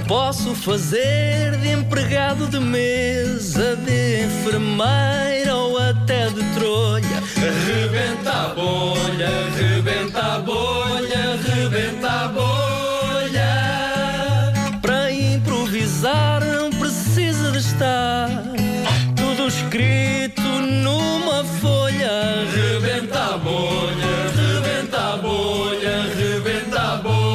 Posso fazer de empregado de mesa, de enfermeira ou até de trolha. Rebenta a bolha, rebenta a bolha, rebenta a bolha. Para improvisar não precisa de estar tudo escrito numa folha. Rebenta a bolha, rebenta a bolha, rebenta a bolha.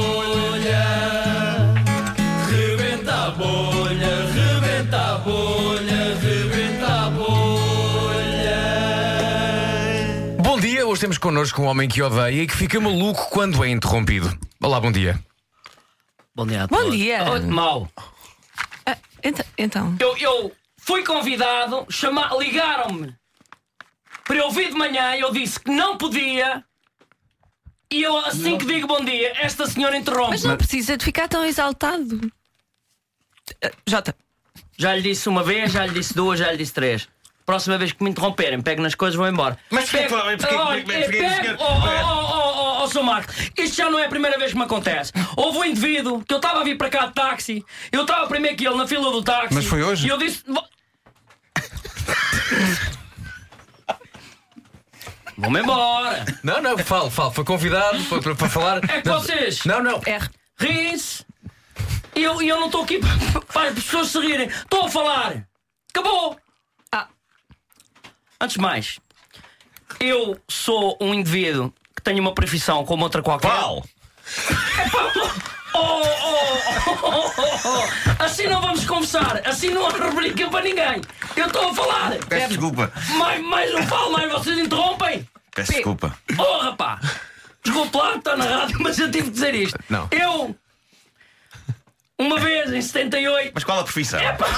Rebenta a bolha, rebenta a bolha, rebenta a bolha. Bom dia, hoje temos connosco um homem que odeia e que fica maluco quando é interrompido. Olá, bom dia. Bom dia a todos. Bom dia. Mau. Então. Eu fui convidado, ligaram-me para eu vir de manhã, eu disse que não podia. E eu, assim que digo bom dia, esta senhora interrompe. Mas não precisa de ficar tão exaltado. Jota. Já lhe disse uma vez, já lhe disse duas, já lhe disse três. Próxima vez que me interromperem, pego nas coisas e vou embora. Mas Sr. Marco, isto já não é a primeira vez que me acontece. Houve um indivíduo que eu estava a vir para cá de táxi, eu estava primeiro que ele na fila do táxi. Mas foi hoje? E eu disse. Vou-me embora. Não, fala, foi convidado para falar. É que vocês. Não. Riem-se. E eu não estou aqui para as pessoas se rirem. Estou a falar. Acabou. Antes de mais, eu sou um indivíduo que tem uma profissão como outra qualquer. Qual? Assim não vamos conversar. Assim não há rubrica para ninguém. Eu estou a falar. Peço desculpa. Mais não falo, mais vocês interrompem. Peço desculpa. Oh, rapá. Desculpe lá, está na rádio, mas eu tive de dizer isto. Não. Eu, uma vez em 78. Mas qual a profissão?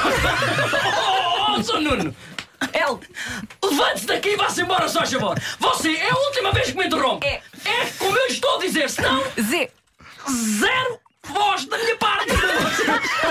Sou Nuno. Levante-se daqui e vá-se embora, só favor. Você é a última vez que me interrompe. É como eu estou a dizer, senão. Zero voz da minha parte para vocês.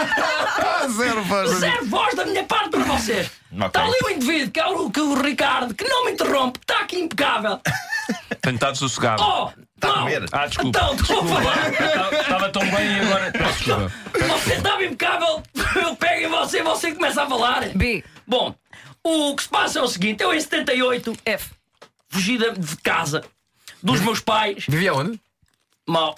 Zero voz da minha parte para vocês. Okay. Está ali o indivíduo, que é o Ricardo, que não me interrompe, está aqui impecável. Tenho estado sossegado. Está a comer. Desculpa. Então, estou a falar. Estava tão bem e agora. Peço desculpa. Você estava impecável, eu pego em você e você começa a falar. Bom, o que se passa é o seguinte: eu em 78 fugi de casa dos meus pais. Vivia onde? Mal.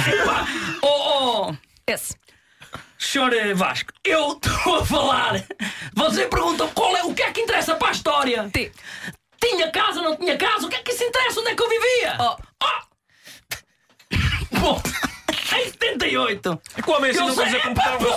Senhor Vasco, eu estou a falar. Você pergunta o que é que interessa para a história? Tinha casa, não tinha casa? O que é que isso interessa? Onde é que eu vivia? Bom, em 78. É que o homem assim não consegue computar um.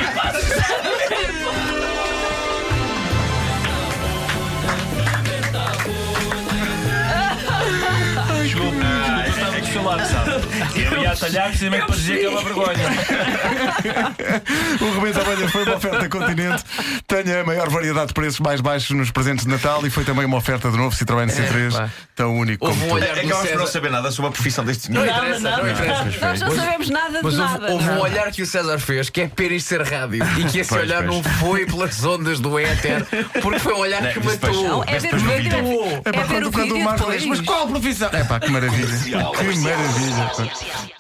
Estava desfilado, sabe? Eu ia atalhar precisamente para dizer que é uma vergonha. O Rebenta a Bolha foi uma oferta Continente. Tenha a maior variedade de preços mais baixos nos presentes de Natal e foi também uma oferta de novo Citroën C3, tão único como tu. Acabamos por não saber nada sobre a profissão deste senhor. Não interessa. Nós não sabemos nada de nada. Houve um olhar que o César fez, que é para isto ser rádio. E que esse olhar não foi pelas ondas do éter, porque foi um olhar que matou. Não, é ver o vídeo. É ver o vídeo Marco depois. diz, mas qual profissão? Que maravilha. Que maravilha.